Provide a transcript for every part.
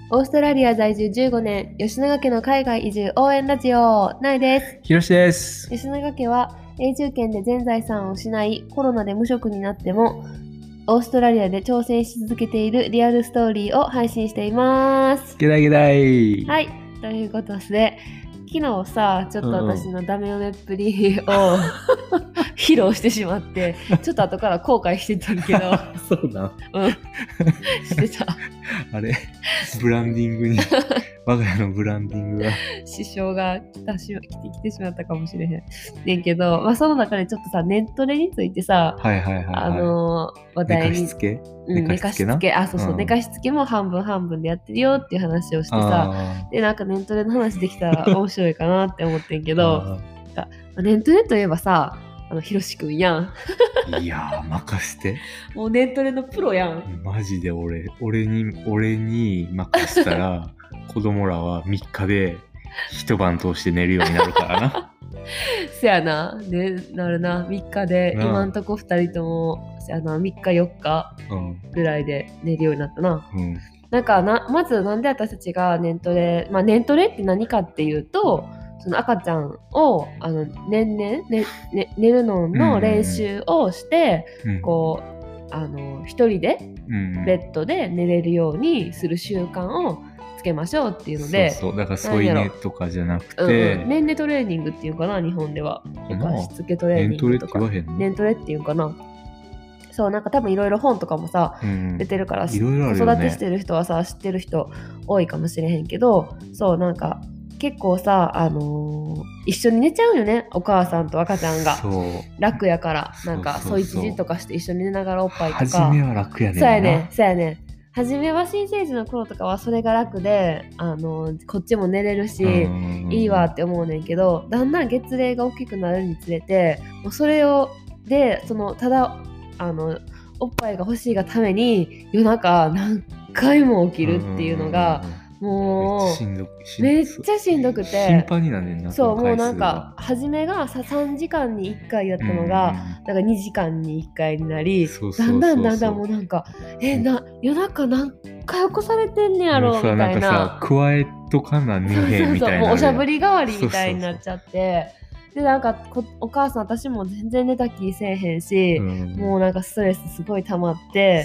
オーストラリア在住15年、吉永家の海外移住応援ラジオ、なえです。 ひろしです。 吉永家は永住権で全財産を失い、コロナで無職になっても、オーストラリアで挑戦し続けているリアルストーリーを配信しています。 ゲダゲダイ。 はい、ということで、昨日さ、ちょっと私のダメ嫁っぷりを披露してしまって、ちょっと後から後悔してたけどそうだ。 してたあれブランディングに我が家のブランディングが支障が来てしまったかもしれへんねんけど、その中でちょっとさ、ネットレについてさ、話題に寝かしつけ寝かしつけ、寝かしつけも半分でやってるよっていう話をしてさ、でなんかネットレの話できたら面白いかなって思ってんけどネットレといえばさ、ひろしくんやん。 いやー、任して。 もうネットレのプロやん。 マジで俺に任せたら子供らは3日で一晩通して寝るようになるからな。 せやな、ね、なるな。3日で、今んとこ2人ともせやな、3日4日ぐらいで寝るようになったな。なんかまずなんで私たちがネントレって何かっていうと、その赤ちゃんを年々、寝るのの練習をして、こう一人でベッドで寝れるようにする習慣をつけましょうっていうので、 そうだから添い寝とかじゃなくて、 年齢トレーニングっていうかな、日本では寝かしつけトレーニングとか年トレっていうかな。そう、なんか多分いろいろ本とかもさ、出てるから、子育てしてる人はさ知ってる人多いかもしれへんけど、そうなんか結構さ、一緒に寝ちゃうよね、お母さんと赤ちゃんが。そう楽やから、なんか添い知事とかして一緒に寝ながらおっぱいとか。 初めは楽やねんな。 そうやね初めは新生児の頃とかはそれが楽で、こっちも寝れるしいいわって思うねんけど、だんだん月齢が大きくなるにつれて、もうそれをでただおっぱいが欲しいがために夜中何回も起きるっていうのがもうめっちゃしんどくて頻繁になんねんな。 そう、もうなんか初めが3時間に1回やったのが、なんか2時間に1回になり、だんだんもうなんか夜中何回起こされてんねやろみたいな。 なんかさ、加えとかなねへんみたいな。 もうおしゃぶり代わりみたいになっちゃって。でなんかお母さん、私も全然寝た気せえへんし、もうなんかストレスすごい溜まって、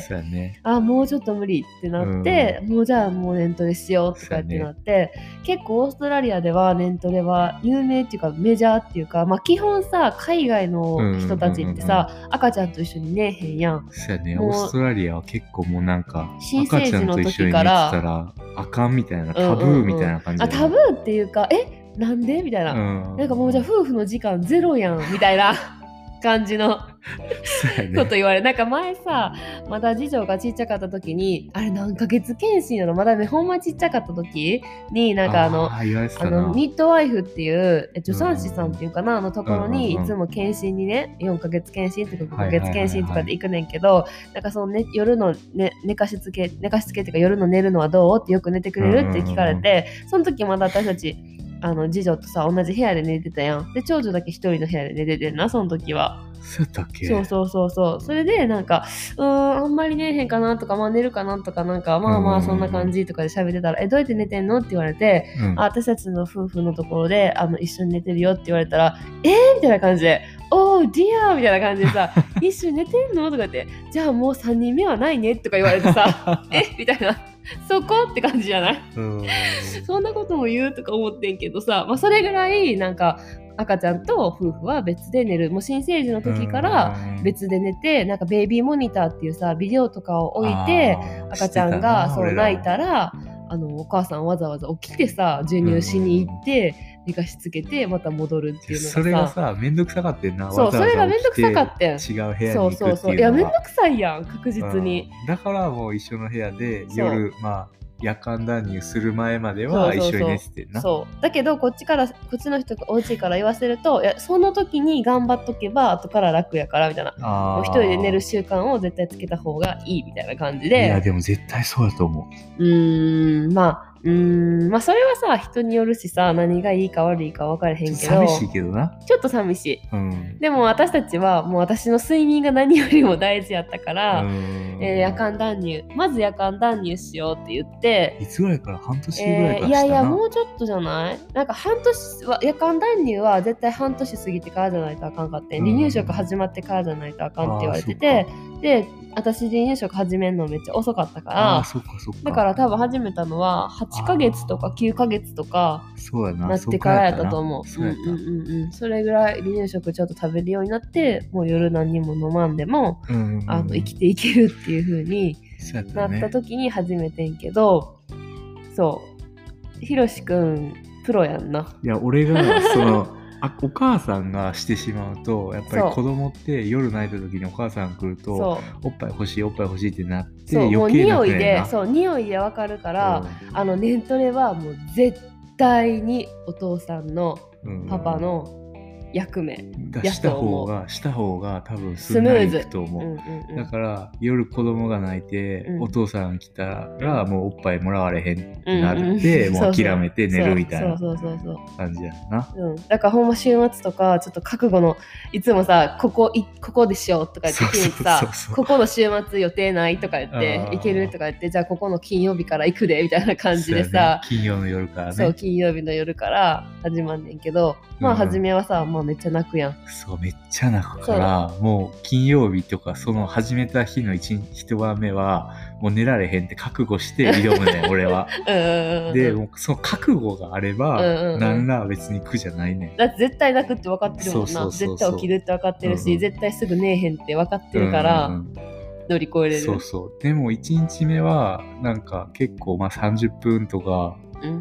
もうちょっと無理ってなって、もうじゃあもうネントレしようとかってなって、結構オーストラリアではネントレは有名っていうかメジャーっていうか、基本さ海外の人たちってさ、赤ちゃんと一緒に寝えへんやん。 そうやね、オーストラリアは結構もうなんか新生児の時から赤ちゃんと一緒に寝てたらあかんみたいな、タブーみたいな感じ、 タブーっていうかなんでみたいな、なんかもうじゃあ夫婦の時間ゼロやんみたいな感じのこと言われる。なんか前さ、まだ次女がちっちゃかった時に、あれ何ヶ月検診やろ、まだねほんまちっちゃかった時に、なんかミッドワイフっていう助産師さんっていうかな、ところにいつも検診にね、4ヶ月検診とか5ヶ月検診とかで行くねんけど、なんかその、夜の、寝かしつけっていうか夜の寝るのはどうってよく寝てくれるって聞かれて、その時まだ私たち次女とさ同じ部屋で寝てたやん。で長女だけ一人の部屋で寝ててんな、その時は。 そうだっけ。 そうそれでなんかあんまり寝えへんかなとか、寝るかなとか、なんかそんな感じとかで喋ってたら、どうやって寝てんのって言われて、私たちの夫婦のところで一緒に寝てるよって言われたら、みたいな感じで、おーディアーみたいな感じでさ一緒に寝てんのとか言って、じゃあもう3人目はないねとか言われてさみたいな、そこって感じじゃない？そんなことも言うとか思ってんけどさ、それぐらいなんか赤ちゃんと夫婦は別で寝る。もう新生児の時から別で寝て、なんかベイビーモニターっていうさビデオとかを置いて、赤ちゃんがそう泣いたらお母さんわざわざ起きてさ授乳しに行って寝かしつけてまた戻るっていうのがさ、 それがさめんどくさかってんな。 そう、それがめんどくさかってん。 違う部屋に行くっていうのは。 そういやめんどくさいやん、確実に。 だからもう一緒の部屋で夜夜間断乳する前までは一緒に寝ててんな。 そうだけどこっちの人がお家から言わせると、いやその時に頑張っとけば後から楽やからみたいな、もう一人で寝る習慣を絶対つけた方がいいみたいな感じで。 いやでも絶対そうだと思う。 まあそれはさ人によるしさ、何がいいか悪いか分からへんけど、 寂しいけどな。 ちょっと寂しい。でも私たちはもう私の睡眠が何よりも大事やったから、夜間断乳、まず夜間断乳しようって言って。 いつぐらいから？半年ぐらいからしたな。 いやもうちょっとじゃない？なんか半年は、夜間断乳は絶対半年過ぎてからじゃないとあかんかって、離乳食始まってからじゃないとあかんって言われてて、で私離乳食始めるのめっちゃ遅かったから、だから多分始めたのは8ヶ月とか9ヶ月とかなってからやったと思う。それぐらい離乳食ちょっと食べるようになって、もう夜何にも飲まんでも、生きていけるっていう風になった時に始めてんけど、そうひろしくんプロやんな。 いや俺がお母さんがしてしまうと、やっぱり子供って夜泣いた時にお母さん来るとおっぱい欲しいおっぱい欲しいってなって余計なくなるな。 もう匂いでわかるから、ネントレはもう絶対にお父さんのパパの役目した方が多分すんなりいくと思う。だから夜子供が泣いて、お父さん来たらもうおっぱいもらわれへんってなって、もう諦めて寝るみたいな感じやな。 だからほんま週末とかちょっと覚悟の、いつもさここでしようとか言って決めてさ、ここの週末予定ないとか言って行けるとか言って、じゃあここの金曜日から行くでみたいな感じでさ、 金曜の夜からね。 そう金曜日の夜から始まんねんけど、まあ初めはさ、めっちゃ泣くやん。 そうめっちゃ泣くから、もう金曜日とかその始めた日の一晩目はもう寝られへんって覚悟して挑むね俺は。でもうその覚悟があれば、なんら別に苦じゃないねん。 だって絶対泣くって分かってるもんな。絶対起きるって分かってるし、絶対すぐ寝えへんって分かってるから、乗り越えれる。 でも1日目はなんか結構30分とか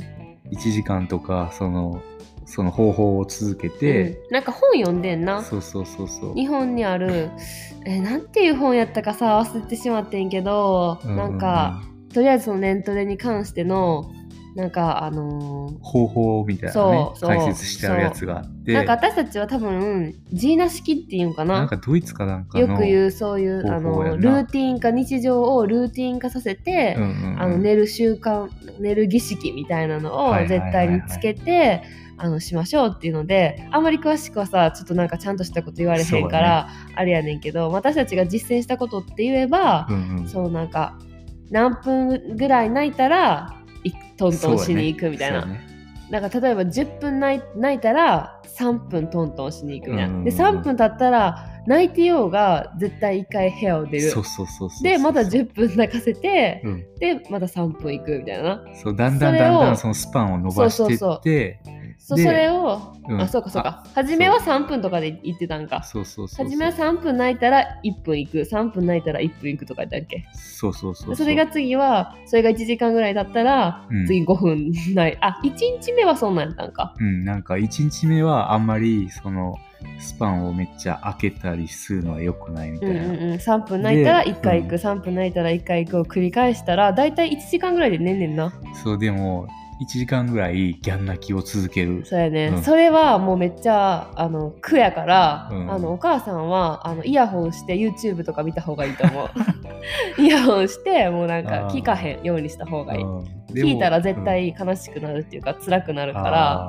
1時間とかその方法を続けて、 なんか本読んでんな。日本にあるなんていう本やったかさ忘れてしまってんけど、なんかとりあえずそのネントレに関してのなんか方法みたいなね、解説してあるやつがあって、 なんか私たちは多分ジーナ式っていうんかな、 なんかドイツかなんかのよく言うそういうルーティン化、日常をルーティン化させて、寝る習慣、寝る儀式みたいなのを絶対につけてしましょうっていうので、あんまり詳しくはさちょっとなんかちゃんとしたこと言われへんから、あれやねんけど、私たちが実践したことって言えば、そうなんか何分ぐらい泣いたらトントンしに行くみたいな、なんか例えば10分泣いたら3分トントンしに行くみたいな、で3分経ったら泣いてようが絶対1回部屋を出る、でまた10分泣かせて、でまた3分行くみたいな、 だんだんそのスパンを伸ばしていって、 それを、そうか初めは3分とかで言ってたんか。初めは3分泣いたら1分行く、3分泣いたら1分行くとか言ったっけ。それが次はそれが1時間ぐらいだったら、次5分ない。1日目はそんなんやったんか。 なんか1日目はあんまりそのスパンをめっちゃ開けたりするのは良くないみたいな。 3分泣いたら1回行く、3分泣いたら1回行くを繰り返したらだいたい1時間ぐらいで寝んねんな。 そう、でも1時間ぐらいギャン泣きを続ける。 そうやね、それはもうめっちゃ苦やから、お母さんはイヤホンして YouTube とか見た方がいいと思う。イヤホンしてもうなんか聞かへんようにした方がいい。聞いたら絶対悲しくなるっていうか、辛くなるから、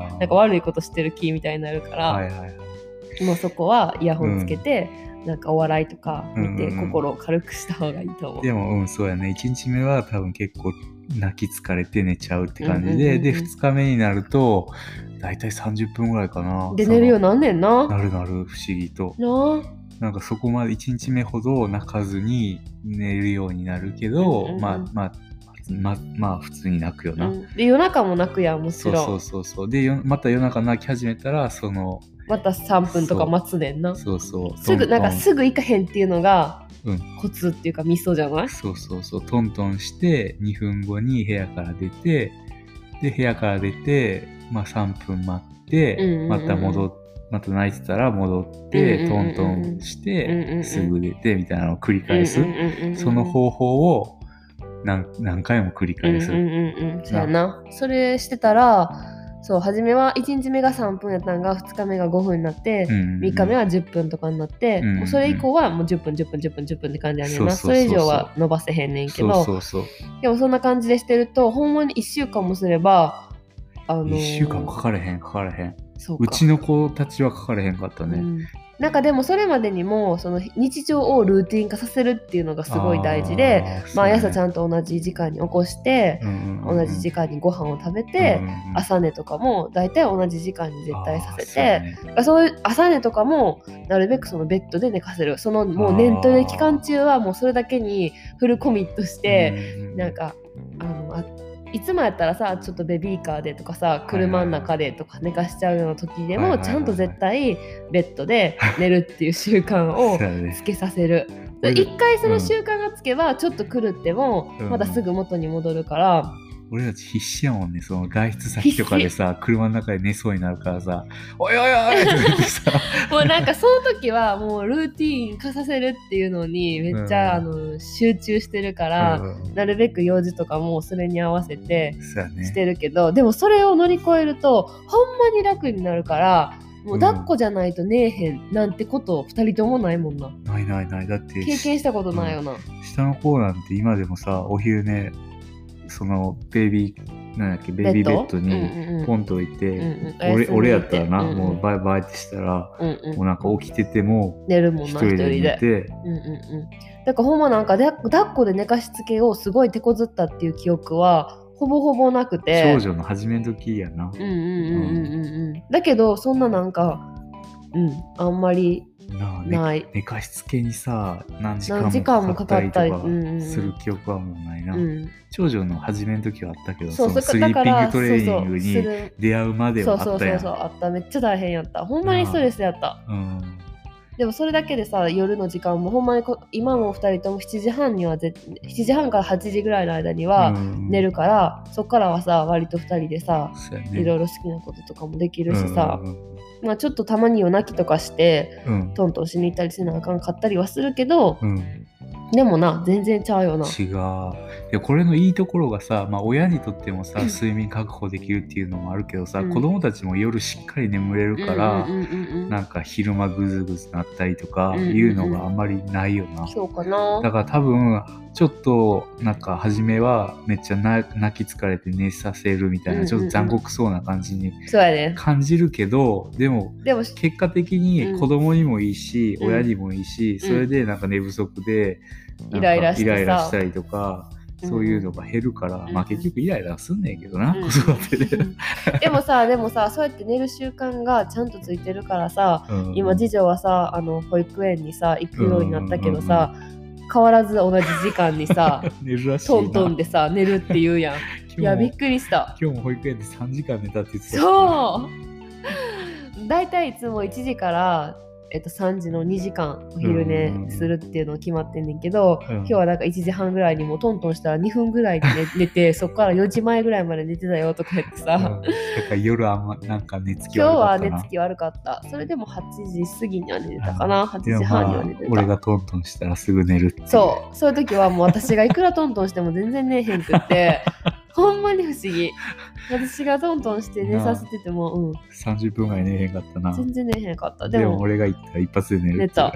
なんか悪いことしてる気みたいになるから、もうそこはイヤホンつけて、なんかお笑いとか見て心を軽くした方がいいと思う。 でもそうやね、1日目は多分結構泣き疲れて寝ちゃうって感じで、で2日目になるとだいたい30分ぐらいかなで寝るようなんねんな。 なる不思議となんかそこまで1日目ほど泣かずに寝るようになるけど、まあ普通に泣くよな、 で夜中も泣くやん、もちろん。 そうでまた夜中泣き始めたらまた3分とか待つねんな。すぐ行かへんっていうのがコツっていうかミソじゃない？ トントンして2分後に部屋から出て、で部屋から出て、3分待って、また泣いてたら戻って、トントンして、すぐ出てみたいなのを繰り返す。その方法を何回も繰り返す。 そうやな。それしてたらそう初めは1日目が3分やったんが2日目が5分になって、3日目は10分とかになって、もうそれ以降はもう10分10分10分10分って感じやねんな。それ以上は伸ばせへんねんけど、でもそんな感じでしてるとほんまに1週間もすれば 1週間かかれへんうちの子たちはかかれへんかったね、 なんかでもそれまでにもその日常をルーティン化させるっていうのがすごい大事で、毎朝ちゃんと同じ時間に起こして、同じ時間にご飯を食べて、朝寝とかも大体同じ時間に絶対させて、そういう朝寝とかもなるべくそのベッドで寝かせる。そのもう年トレ期間中はもうそれだけにフルコミットして、なんかいつもやったらさちょっとベビーカーでとかさ車の中でとか寝かしちゃうような時でもちゃんと絶対ベッドで寝るっていう習慣をつけさせる。一回その習慣がつけばちょっと狂ってもまたすぐ元に戻るから、 俺たち必死やもんね。その外出先とかでさ車の中で寝そうになるからさおいおいおいって言ってさもうなんかその時はもうルーティーン化させるっていうのにめっちゃ、集中してるから、なるべく用事とかもそれに合わせてしてるけど、でもそれを乗り越えるとほんまに楽になるから、もう抱っこじゃないと寝えへんなんてこと2人ともないもんな。 ないだって経験したことないよな、 下の子なんて今でもさお昼寝そのベビーベビーベッドにポンと置いて、俺やったらな、もうバイバイってしたら、もうなんか起きてても寝るもんな、一人で寝て、だからほんまなんか抱っこで寝かしつけをすごい手こずったっていう記憶はほぼほぼなくて、 少女の初めの時やな。 だけどそんななんかあんまりない。 寝かしつけにさ何時間もかかったりとかする記憶はもうないな。長女の初めの時はあったけど、そのスリーピングトレーニングに出会うまではあったやん。 あった。めっちゃ大変やった。ほんまにストレスやった。でもそれだけでさ夜の時間もほんまに今も2人とも7時半から8時ぐらいの間には寝るから、そっからはさ割と2人でさ、いろいろ好きなこととかもできるしさ、まあちょっとたまに夜泣きとかして、トントンしに行ったりせなあかんかったりはするけど、でもな全然ちゃうよな。 違う。いやこれのいいところがさ、親にとってもさ睡眠確保できるっていうのもあるけどさ、子供たちも夜しっかり眠れるから、なんか昼間ぐずぐずなったりとかいうのがあんまりないよな。 そうかな。 だから多分ちょっとなんか初めはめっちゃ泣き疲れて寝させるみたいな、ちょっと残酷そうな感じに感じるけど、でも結果的に子供にもいいし、親にもいいし、それでなんか寝不足でイライラしたりとか、そういうのが減るから、結局イライラすんねんけどな、子育てで。 でもさそうやって寝る習慣がちゃんとついてるからさ、今次女はさ保育園にさ行くようになったけどさ、変わらず同じ時間にさ寝るらしいな、 トントンでさ寝るって言うやん。いやびっくりした。 今日も保育園で3時間寝たって言ってた。 そうだいたいいつも1時から3時の2時間お昼寝するっていうのが決まってんねんけど、今日はなんか1時半ぐらいにもうトントンしたら2分ぐらいで 寝てそっから4時前ぐらいまで寝てたよとか言ってさ、だから夜なんか寝つき悪かったな。 今日は寝つき悪かった。それでも8時過ぎには寝てたかな。8時半には寝てた。 俺がトントンしたらすぐ寝るっていう。 そういう時はもう私がいくらトントンしても全然寝えへんくってほんまに不思議。私がトントンして寝させてても、 30分ぐらい寝えへんかったな。 全然寝えへんかった。 でも俺が行ったら一発で寝る。 寝た。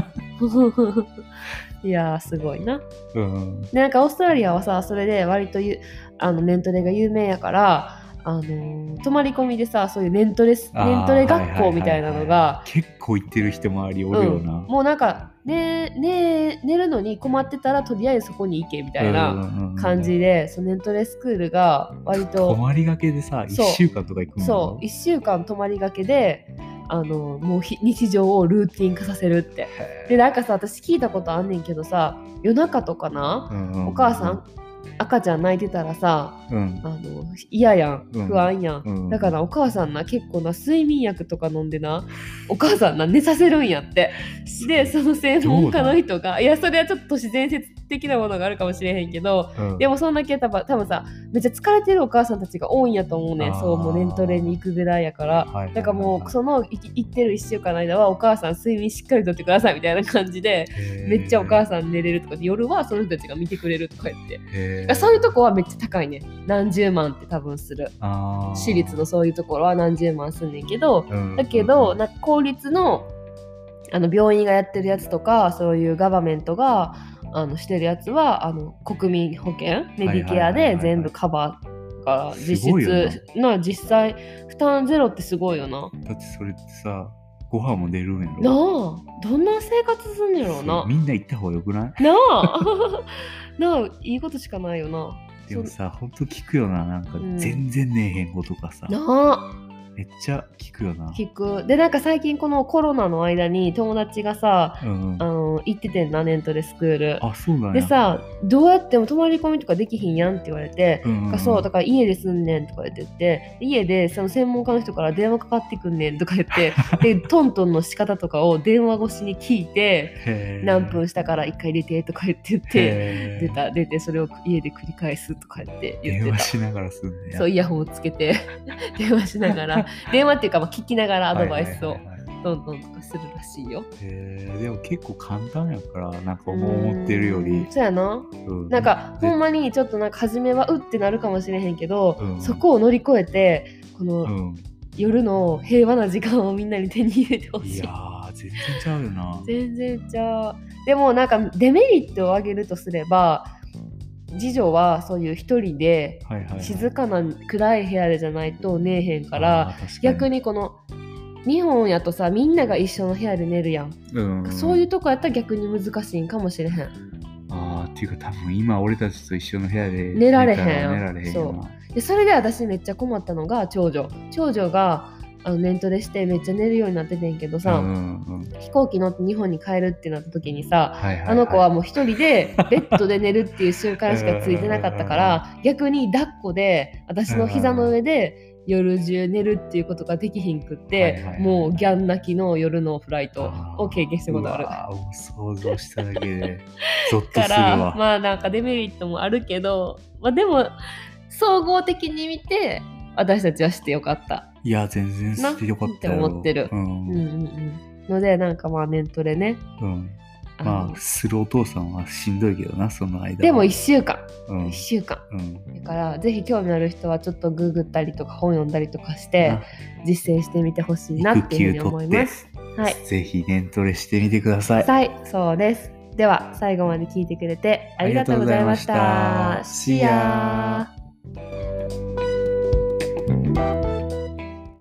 いやーすごいな。でなんかオーストラリアはさそれで割とメントレが有名やから泊まり込みでさそういうメントレ学校みたいなのが結構行ってる人周りおるよな。 もうなんか寝るのに困ってたらとりあえずそこに行けみたいな感じで、そのメントレスクールが割と泊まりがけでさ1週間とか行くの。 そう1週間泊まりがけでもう日常をルーティン化させるって。でなんかさ私聞いたことあんねんけどさ、夜中とかな、お母さん赤ちゃん泣いてたらさ、嫌やん、不安やん、だからお母さんな結構な睡眠薬とか飲んでなお母さんな寝させるんやって。でその専門家の人がいやそれはちょっと都市伝説的なものがあるかもしれへんけど、 うん、 でもそんだけ多分さめっちゃ疲れてるお母さんたちが多いんやと思うねん。そうもう年トレに行くぐらいやから、だからもうその行ってる1週間の間はお母さん睡眠しっかりとってくださいみたいな感じで、めっちゃお母さん寝れるとか、夜はその人たちが見てくれるとか言って、そういうとこはめっちゃ高いね。何十万って多分する。私立のそういうところは何十万すんねんけど、だけどなんか公立の病院がやってるやつとか、そういうガバメントがしてるやつは国民保険メディケアで全部カバーが実際負担ゼロってすごいよな。 だってそれってさ、ご飯も出るんやろなあ、どんな生活すんねやろうな。 みんな行った方がよくない？ なあなあ、いいことしかないよな。 でもさ、ほんと聞くよな。なんか全然寝えへん子とかさ、 なあ、 めっちゃ聞くよな。 聞く。でなんか最近このコロナの間に友達がさ、行っててんな、ネントレスクール。 あ、そうなんや。 でさ、どうやっても泊まり込みとかできひんやんって言われて、そうだから家で住んねんとか言って、家でその専門家の人から電話かかってくんねんとか言ってでトントンの仕方とかを電話越しに聞いて、何分したから一回出てとか言って出てそれを家で繰り返すとか言ってた。 電話しながらすんねや。 そう、イヤホンをつけて電話しながら電話っていうか聞きながらアドバイスをどんどんとかするらしいよ。 でも結構簡単やからなんか思ってるより。 そうやな。なんかほんまにちょっとなんか初めはうってなるかもしれへんけど、そこを乗り越えてこの、夜の平和な時間をみんなに手に入れてほしい。 いやー全然ちゃうよな。 全然ちゃう。でもなんかデメリットを挙げるとすれば、次女はそういう一人で静かな暗い部屋でじゃないと寝えへんから、逆にこの日本やとさ、みんなが一緒の部屋で寝るやん、そういうとこやったら逆に難しいんかもしれへん。 っていうか多分今俺たちと一緒の部屋で寝られへん。それで私めっちゃ困ったのが長女がネントレしてめっちゃ寝るようになっててんけどさ、飛行機乗って日本に帰るってなった時にさ、あの子はもう一人でベッドで寝るっていう習慣しかついてなかったから逆に抱っこで私の膝の上で夜中寝るっていうことができひんくって、もうギャン泣きの夜のフライトを経験したことある。 想像しただけでゾッとするわ。 まあなんかデメリットもあるけど、でも総合的に見て私たちはしてよかった。 いや全然してよかったよって思ってる。のでなんかまあネントレね。 まあするお父さんはしんどいけどな、その間でも1週間、だからぜひ興味ある人はちょっとググったりとか本読んだりとかして実践してみてほしいなっていうふうに思います。 ぜひネントレしてみてください。 そうです。では最後まで聞いてくれてありがとうございました。See ya。